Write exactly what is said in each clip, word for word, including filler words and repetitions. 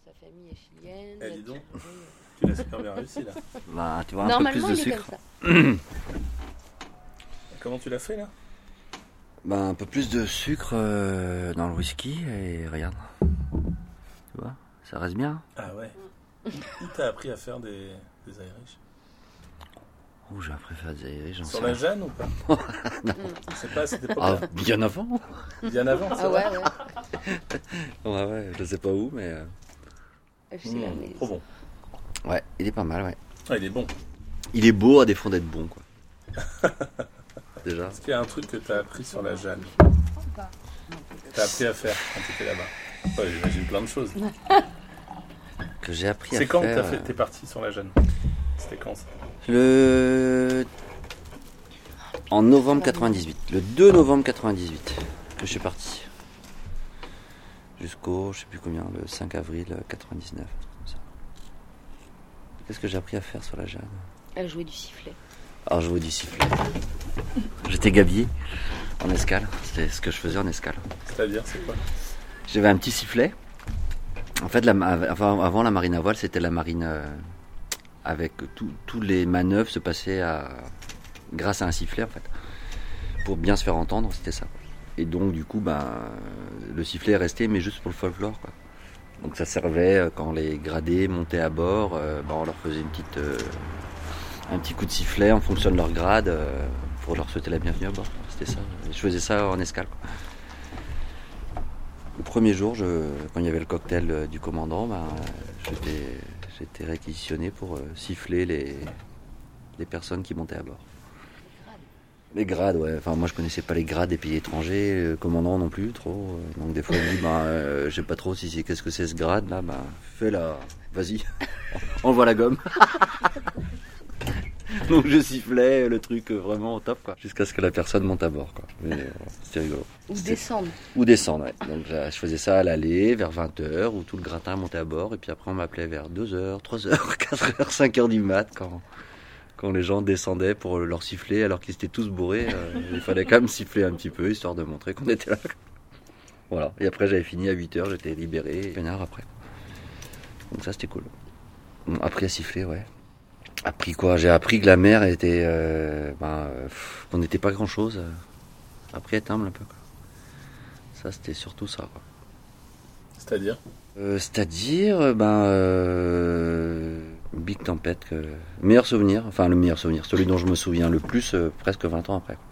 sa famille est chilienne. Eh, dis donc, tu l'as super bien réussi là. Bah, tu vois, un peu plus de sucre. Comment tu l'as fait là? Bah, un peu plus de sucre euh, dans le whisky et regarde. Tu vois, ça reste bien. Ah ouais. Qui t'a appris à faire des, des Irish? Oh, j'ai appris à faire des Irish. J'en Sur sais la rien. Jeanne ou pas? Non. C'est pas à cette époque-là. Ah, bien avant. Bien avant, c'est Ah vrai. ouais, ouais. Ouais, ouais, je sais pas où, mais. euh, Ah, je sais pas, mais- Mmh, trop bon. Ouais, il est pas mal, ouais. Ah, il est bon. Il est beau à défaut d'être bon, quoi. Déjà. Est-ce qu'il y a un truc que t'as appris sur la Jeanne? T'as appris à faire quand t'étais là-bas? Ouais, j'imagine plein de choses. Que j'ai appris à C'est quand que faire. t'as fait, t'es parti sur la Jeanne? C'était quand ça? Le. En novembre quatre-vingt-dix-huit. Le deux novembre quatre-vingt-dix-huit que je suis parti. Jusqu'au, je sais plus combien, le cinq avril quatre-vingt-dix-neuf. un truc comme ça. Qu'est-ce que j'ai appris à faire sur la Jeanne? À jouer du sifflet. Alors, je jouais du sifflet. J'étais gabier en escale. C'était ce que je faisais en escale. C'est-à-dire, c'est quoi? J'avais un petit sifflet. En fait, la, avant, avant la marine à voile, c'était la marine euh, avec tous les manœuvres se passaient à, grâce à un sifflet en fait. Pour bien se faire entendre, c'était ça. Et donc du coup, ben, le sifflet est resté, mais juste pour le folklore, quoi. Donc ça servait quand les gradés montaient à bord, euh, ben, on leur faisait une petite, euh, un petit coup de sifflet en fonction de leur grade euh, pour leur souhaiter la bienvenue à bord. C'était ça. Je faisais ça en escale, quoi. Le premier jour, je, quand il y avait le cocktail du commandant, ben, j'étais, j'étais réquisitionné pour euh, siffler les, les personnes qui montaient à bord. Les grades, ouais. Enfin, moi, je connaissais pas les grades des pays étrangers, le commandant non plus, trop. Donc, des fois, il me dit, ben, euh, je sais pas trop si c'est qu'est-ce que c'est ce grade, là, ben, fais-la, vas-y, envoie la gomme. Donc, je sifflais le truc vraiment au top, quoi, jusqu'à ce que la personne monte à bord, quoi. Mais, euh, c'était rigolo. Ou C'était... descendre. Ou descendre, ouais. Donc, je faisais ça à l'aller, vers vingt heures, où tout le gratin montait à bord, et puis après, on m'appelait vers deux heures, trois heures, quatre heures, cinq heures du mat, quand... Quand les gens descendaient pour leur siffler alors qu'ils étaient tous bourrés, euh, il fallait quand même siffler un petit peu, histoire de montrer qu'on était là. Voilà. Et après, j'avais fini à huit heures, j'étais libéré, une heure après. Donc ça, c'était cool. Bon, appris à siffler, ouais. Appris quoi? J'ai appris que la mer était... Euh, ben, euh, qu'on n'était pas grand-chose. Euh, appris à être humble un peu, quoi. Ça, c'était surtout ça, quoi. C'est-à-dire euh, C'est-à-dire, ben... Euh, big tempête, que... meilleur souvenir, enfin le meilleur souvenir, celui dont je me souviens le plus, euh, presque vingt ans après.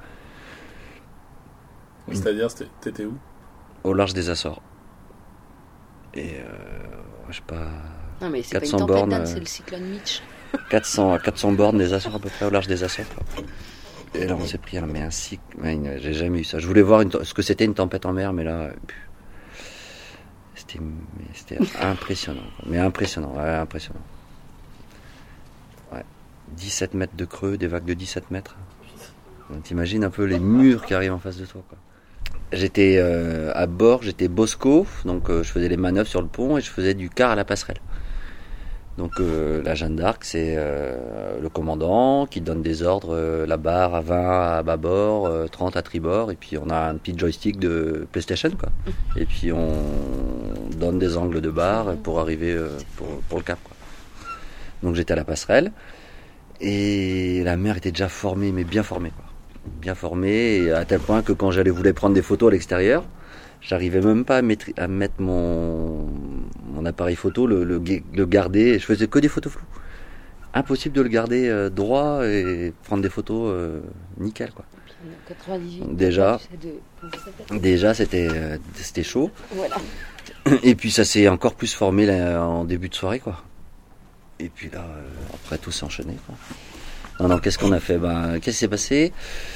Quoi. C'est-à-dire, t'étais où? Au large des Açores. Et euh, je sais pas. Non mais c'est quatre cents pas une tempête bornes, d'âne, euh, c'est le cyclone Mitch. quatre cents, quatre cents bornes des Açores à peu près, au large des Açores. Quoi. Et là on s'est pris, mais un cycle, ouais, j'ai jamais eu ça. Je voulais voir une, ce que c'était une tempête en mer, mais là, c'était, mais c'était impressionnant. Mais impressionnant, ouais, impressionnant. Ouais. dix-sept mètres de creux, des vagues de dix-sept mètres. Donc, t'imagines un peu les murs qui arrivent en face de toi, quoi. J'étais euh, à bord, j'étais Bosco, donc euh, je faisais les manœuvres sur le pont et je faisais du quart à la passerelle. Donc euh, la Jeanne d'Arc, c'est euh, le commandant qui donne des ordres, euh, la barre à vingt à bâbord, euh, trente à tribord, et puis on a un petit joystick de PlayStation, quoi. Et puis on donne des angles de barre pour arriver euh, pour, pour le cap, quoi. Donc j'étais à la passerelle et la mer était déjà formée, mais bien formée, quoi. Bien formée, et à tel point que quand j'allais voulais prendre des photos à l'extérieur, j'arrivais même pas à mettre, à mettre mon, mon appareil photo, le, le, le garder, je faisais que des photos floues. Impossible de le garder euh, droit et prendre des photos euh, nickel, quoi. quatre-vingt-dix-huit. Donc déjà, tu sais de... déjà c'était, euh, c'était chaud. Voilà. Et puis ça s'est encore plus formé là, en début de soirée, quoi. Et puis là, euh, après tout s'est enchaîné, quoi. Non, non, qu'est-ce qu'on a fait? Ben, qu'est-ce qui s'est passé?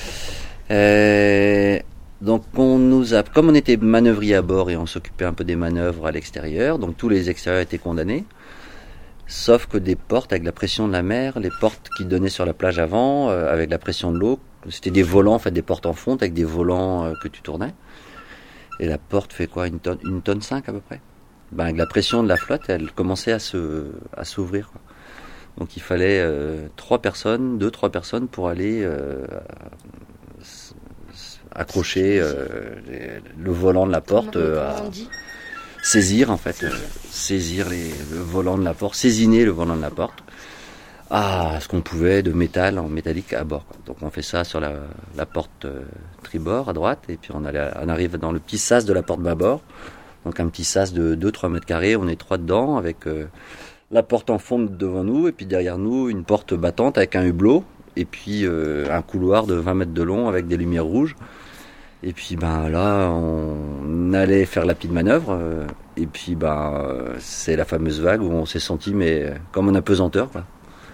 euh, Donc, on nous a, comme on était manœuvrier à bord et on s'occupait un peu des manœuvres à l'extérieur, donc tous les extérieurs étaient condamnés, sauf que des portes avec la pression de la mer, les portes qui donnaient sur la plage avant, euh, avec la pression de l'eau, c'était des volants, en fait, des portes en fonte avec des volants euh, que tu tournais. Et la porte fait quoi? Une tonne, une tonne cinq à peu près. Ben, avec la pression de la flotte, elle commençait à se, à s'ouvrir, quoi. Donc il fallait euh, trois personnes, deux, trois personnes pour aller euh, s- s- accrocher euh, les, le volant de la porte. Comment, euh, comment à... on dit saisir en fait, Saisir. euh, saisir les, le volant de la porte, saisiner le volant de la porte à ce qu'on pouvait de métal en métallique à bord. Quoi. Donc on fait ça sur la, la porte euh, tribord à droite et puis on, allait, on arrive dans le petit sas de la porte bâbord. Donc un petit sas de deux trois mètres carrés, on est trois dedans avec euh, la porte en fonte devant nous et puis derrière nous une porte battante avec un hublot et puis euh, un couloir de vingt mètres de long avec des lumières rouges. Et puis ben là on allait faire la petite manœuvre euh, et puis ben euh, c'est la fameuse vague où on s'est senti mais euh, comme en apesanteur quoi.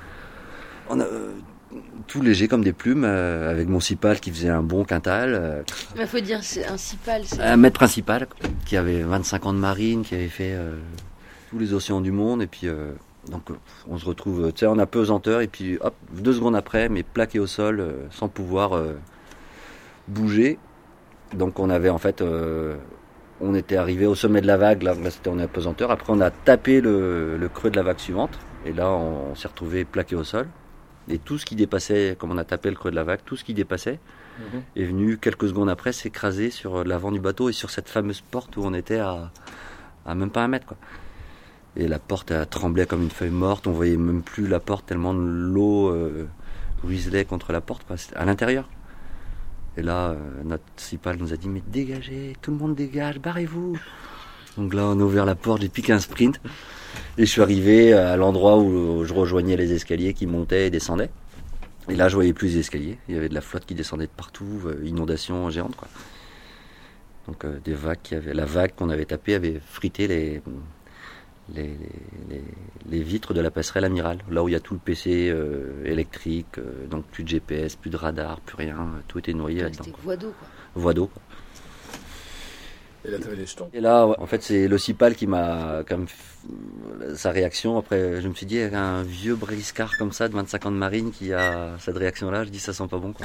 On a euh, tout léger comme des plumes euh, avec mon cipal qui faisait un bon quintal. Euh, Il faut dire, c'est un cipal. C'est... un maître principal quoi, qui avait vingt-cinq ans de marine, qui avait fait euh, tous les océans du monde et puis euh, donc euh, on se retrouve tu sais en apesanteur et puis hop deux secondes après mais plaqué au sol euh, sans pouvoir euh, bouger. Donc on avait en fait euh, on était arrivé au sommet de la vague, là, là c'était en apesanteur, après on a tapé le, le creux de la vague suivante et là on, on s'est retrouvé plaqué au sol. Et tout ce qui dépassait, comme on a tapé le creux de la vague, tout ce qui dépassait mmh. est venu quelques secondes après s'écraser sur l'avant du bateau et sur cette fameuse porte où on était à, à même pas un mètre. Quoi. Et la porte elle, tremblait comme une feuille morte, on voyait même plus la porte tellement l'eau euh, ruisselait contre la porte, quoi. C'était à l'intérieur. Et là, euh, notre cipal nous a dit « Mais dégagez, tout le monde dégage, barrez-vous !» Donc là, on a ouvert la porte, j'ai piqué un sprint. Et je suis arrivé à l'endroit où je rejoignais les escaliers qui montaient et descendaient. Et là, je voyais plus les escaliers. Il y avait de la flotte qui descendait de partout, euh, inondation géante, quoi. Donc euh, des vagues qui avaient, la vague qu'on avait tapée avait frité les, les, les, les vitres de la passerelle Amiral, là où il y a tout le P C euh, électrique, euh, donc plus de G P S, plus de radar, plus rien, tout était noyé là-dedans. C'était voie d'eau, quoi. Voie d'eau, quoi. Et là, t'avais les jetons. Et là, ouais, en fait, c'est le cipal qui m'a, comme sa réaction. Après, je me suis dit, avec un vieux briscard comme ça, de vingt-cinq ans de marine, qui a cette réaction-là, je dis, ça sent pas bon, quoi.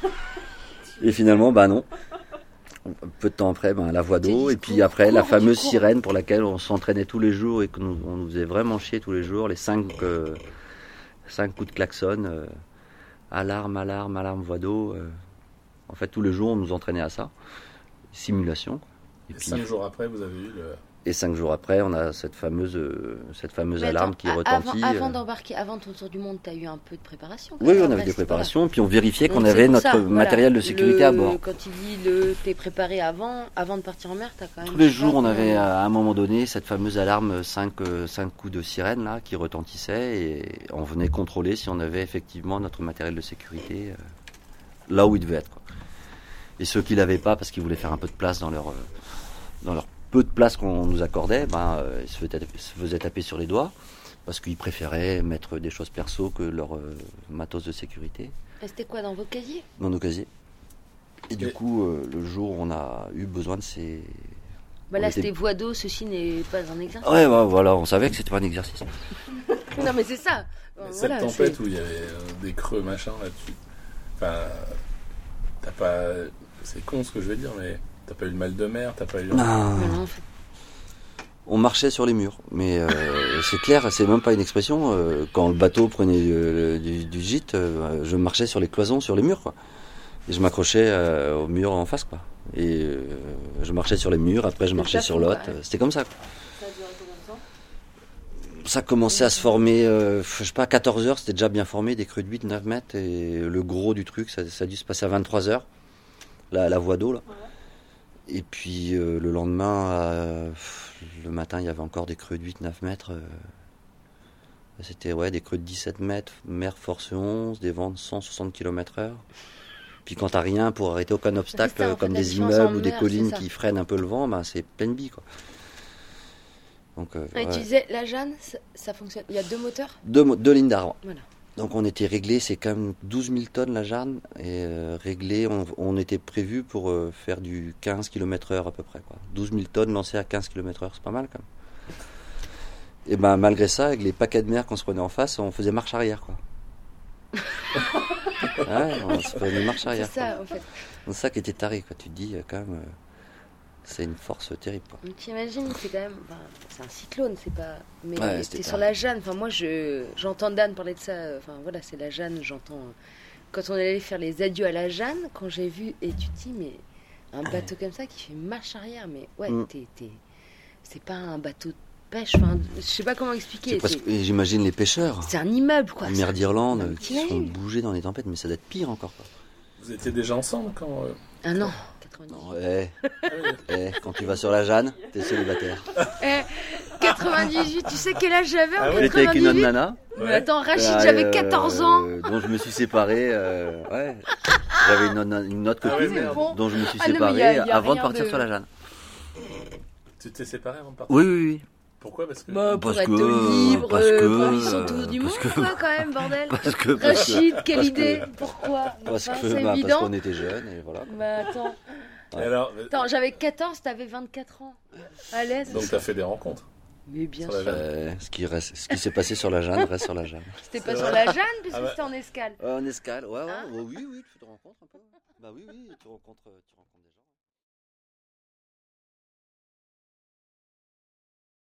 Et finalement, bah non. Peu de temps après, ben, la voie d'eau, et puis après, la fameuse sirène pour laquelle on s'entraînait tous les jours et qu'on nous, on nous faisait vraiment chier tous les jours, les cinq, euh, cinq coups de klaxon, euh, alarme, alarme, alarme, voie d'eau. Euh, en fait, tous les jours, on nous entraînait à ça. Simulation. Et, et puis, cinq jours après, vous avez eu le... Et cinq jours après, on a cette fameuse, euh, cette fameuse Mais alarme attends, qui retentit. Avant, avant euh... d'embarquer, avant ton tour du monde, tu as eu un peu de préparation. Oui, on avait des préparations, puis on vérifiait Donc, qu'on avait notre ça, matériel voilà. de sécurité le, à bord. Quand il dit le t'es préparé avant, avant de partir en mer, tu as quand même... Tous les jours, on avait à un moment donné cette fameuse alarme cinq coups de sirène là, qui retentissait et on venait contrôler si on avait effectivement notre matériel de sécurité euh, là où il devait être, quoi. Et ceux qui l'avaient pas parce qu'ils voulaient faire un peu de place dans leur, euh, dans leur peu de place qu'on nous accordait, ben, euh, ils se faisaient, se faisaient taper sur les doigts parce qu'ils préféraient mettre des choses perso que leur euh, matos de sécurité. Et c'était quoi dans vos casiers? Dans nos casiers. Et, et du coup, euh, le jour où on a eu besoin de ces... Bah là, était... c'était voie d'eau, ceci n'est pas un exercice. Ouais, bah, voilà, on savait que c'était pas un exercice. Non, mais c'est ça. Mais Bon, cette voilà, tempête c'est... où il y avait euh, des creux, machin, là-dessus. Enfin, t'as pas... C'est con ce que je vais dire, mais... T'as pas eu de mal de mer, t'as pas eu... Non. Non, en fait. On marchait sur les murs, mais euh, c'est clair, c'est même pas une expression. Euh, quand le bateau prenait euh, du, du gîte, euh, je marchais sur les cloisons, sur les murs, quoi. Et je m'accrochais euh, au mur en face, quoi. Et euh, je marchais sur les murs, après je marchais sur l'autre. Ouais. C'était comme ça, quoi. Ça a duré combien de temps? Ça commençait à se former, euh, je sais pas, à quatorze heures, c'était déjà bien formé, des creux de huit neuf mètres. Et le gros du truc, ça, ça a dû se passer à vingt-trois heures, la, la voie d'eau, là. Ouais. Et puis euh, le lendemain, euh, le matin, il y avait encore des creux de huit neuf mètres. Euh, c'était ouais, des creux de dix-sept mètres, mer force onze, des vents de cent soixante kilomètres heure. Puis quand t'as rien pour arrêter aucun obstacle, ça, comme des immeubles ou des mer, collines qui freinent un peu le vent, ben, c'est pleine bille, quoi. Donc, euh, Et ouais. Tu disais, la Jeanne, ça, ça fonctionne. Il y a deux moteurs? Deux, deux lignes d'arbre. Voilà. Donc on était réglé, c'est quand même douze mille tonnes la Jeanne, et euh, réglé, on, on était prévu pour euh, faire du quinze kilomètres heure à peu près, quoi. douze mille tonnes lancées à quinze kilomètres heure, c'est pas mal quand même. Et ben malgré ça, avec les paquets de mer qu'on se prenait en face, on faisait marche arrière, quoi. Ouais, on se prenait marche arrière. C'est ça, quoi. En fait. C'est ça qui était taré, quoi. Tu te dis quand même, euh, c'est une force terrible, quoi. T'imagines, c'est quand même, enfin, c'est un cyclone, c'est pas, mais ouais, c'est sur la Jeanne. Enfin moi, je, j'entends Dan parler de ça. Enfin voilà, c'est la Jeanne. J'entends quand on allait faire les adieux à la Jeanne, quand j'ai vu et tu te dis mais un bateau comme ça qui fait marche arrière, mais ouais, mm. t'es, t'es... c'est pas un bateau de pêche. Enfin, je sais pas comment expliquer. C'est presque- C'est, et j'imagine les pêcheurs, c'est un immeuble, quoi. la C'est mer un- d'Irlande, un qui petit sont lac. bougés dans les tempêtes, mais ça doit être pire encore. Quoi. Vous étiez déjà ensemble quand. euh, Ah non, quatre-vingt-dix. Non, eh, ah oui. eh, quand tu vas sur la Jeanne, t'es célibataire. Eh, quatre-vingt-dix-huit, tu sais quel âge j'avais en Ah ouais. J'étais avec une autre quatre-vingt-dix-huit? nana. Mais attends, Rachid, euh, j'avais euh, quatorze ans. dont je me suis séparé. euh, ouais. J'avais une, autre- une autre Ah ouais, copine merde. Bon. dont je me suis Ah non, mais séparé y a- y a avant de rien partir de- sur la Jeanne. Tu t'es séparé avant de partir. Oui, oui, oui. Pourquoi? Parce que. Bah, pour Parce être que- libre, parce euh, que- pour vivre son tour du monde, parce que- quoi, quand même, bordel. Parce que. Parce que, Rachid, quelle parce idée. que- Pourquoi parce Enfin, que- c'est bah, parce évident. qu'on était jeunes et voilà. quoi. Bah attends, Et alors, euh, attends, j'avais quatorze, t'avais vingt-quatre ans. À l'aise. donc t'as fait des rencontres. Mais bien sur la sûr. Jeanne. Euh, ce qui reste, ce qui s'est passé sur la Jeanne reste sur la Jeanne. C'était C'est pas vrai. sur la Jeanne, puisque Ah bah. c'était en escale. Euh, en escale, ouais, ouais, Hein ouais, oui, oui, tu te rencontres un peu. Bah oui, oui, tu rencontres, tu rencontres des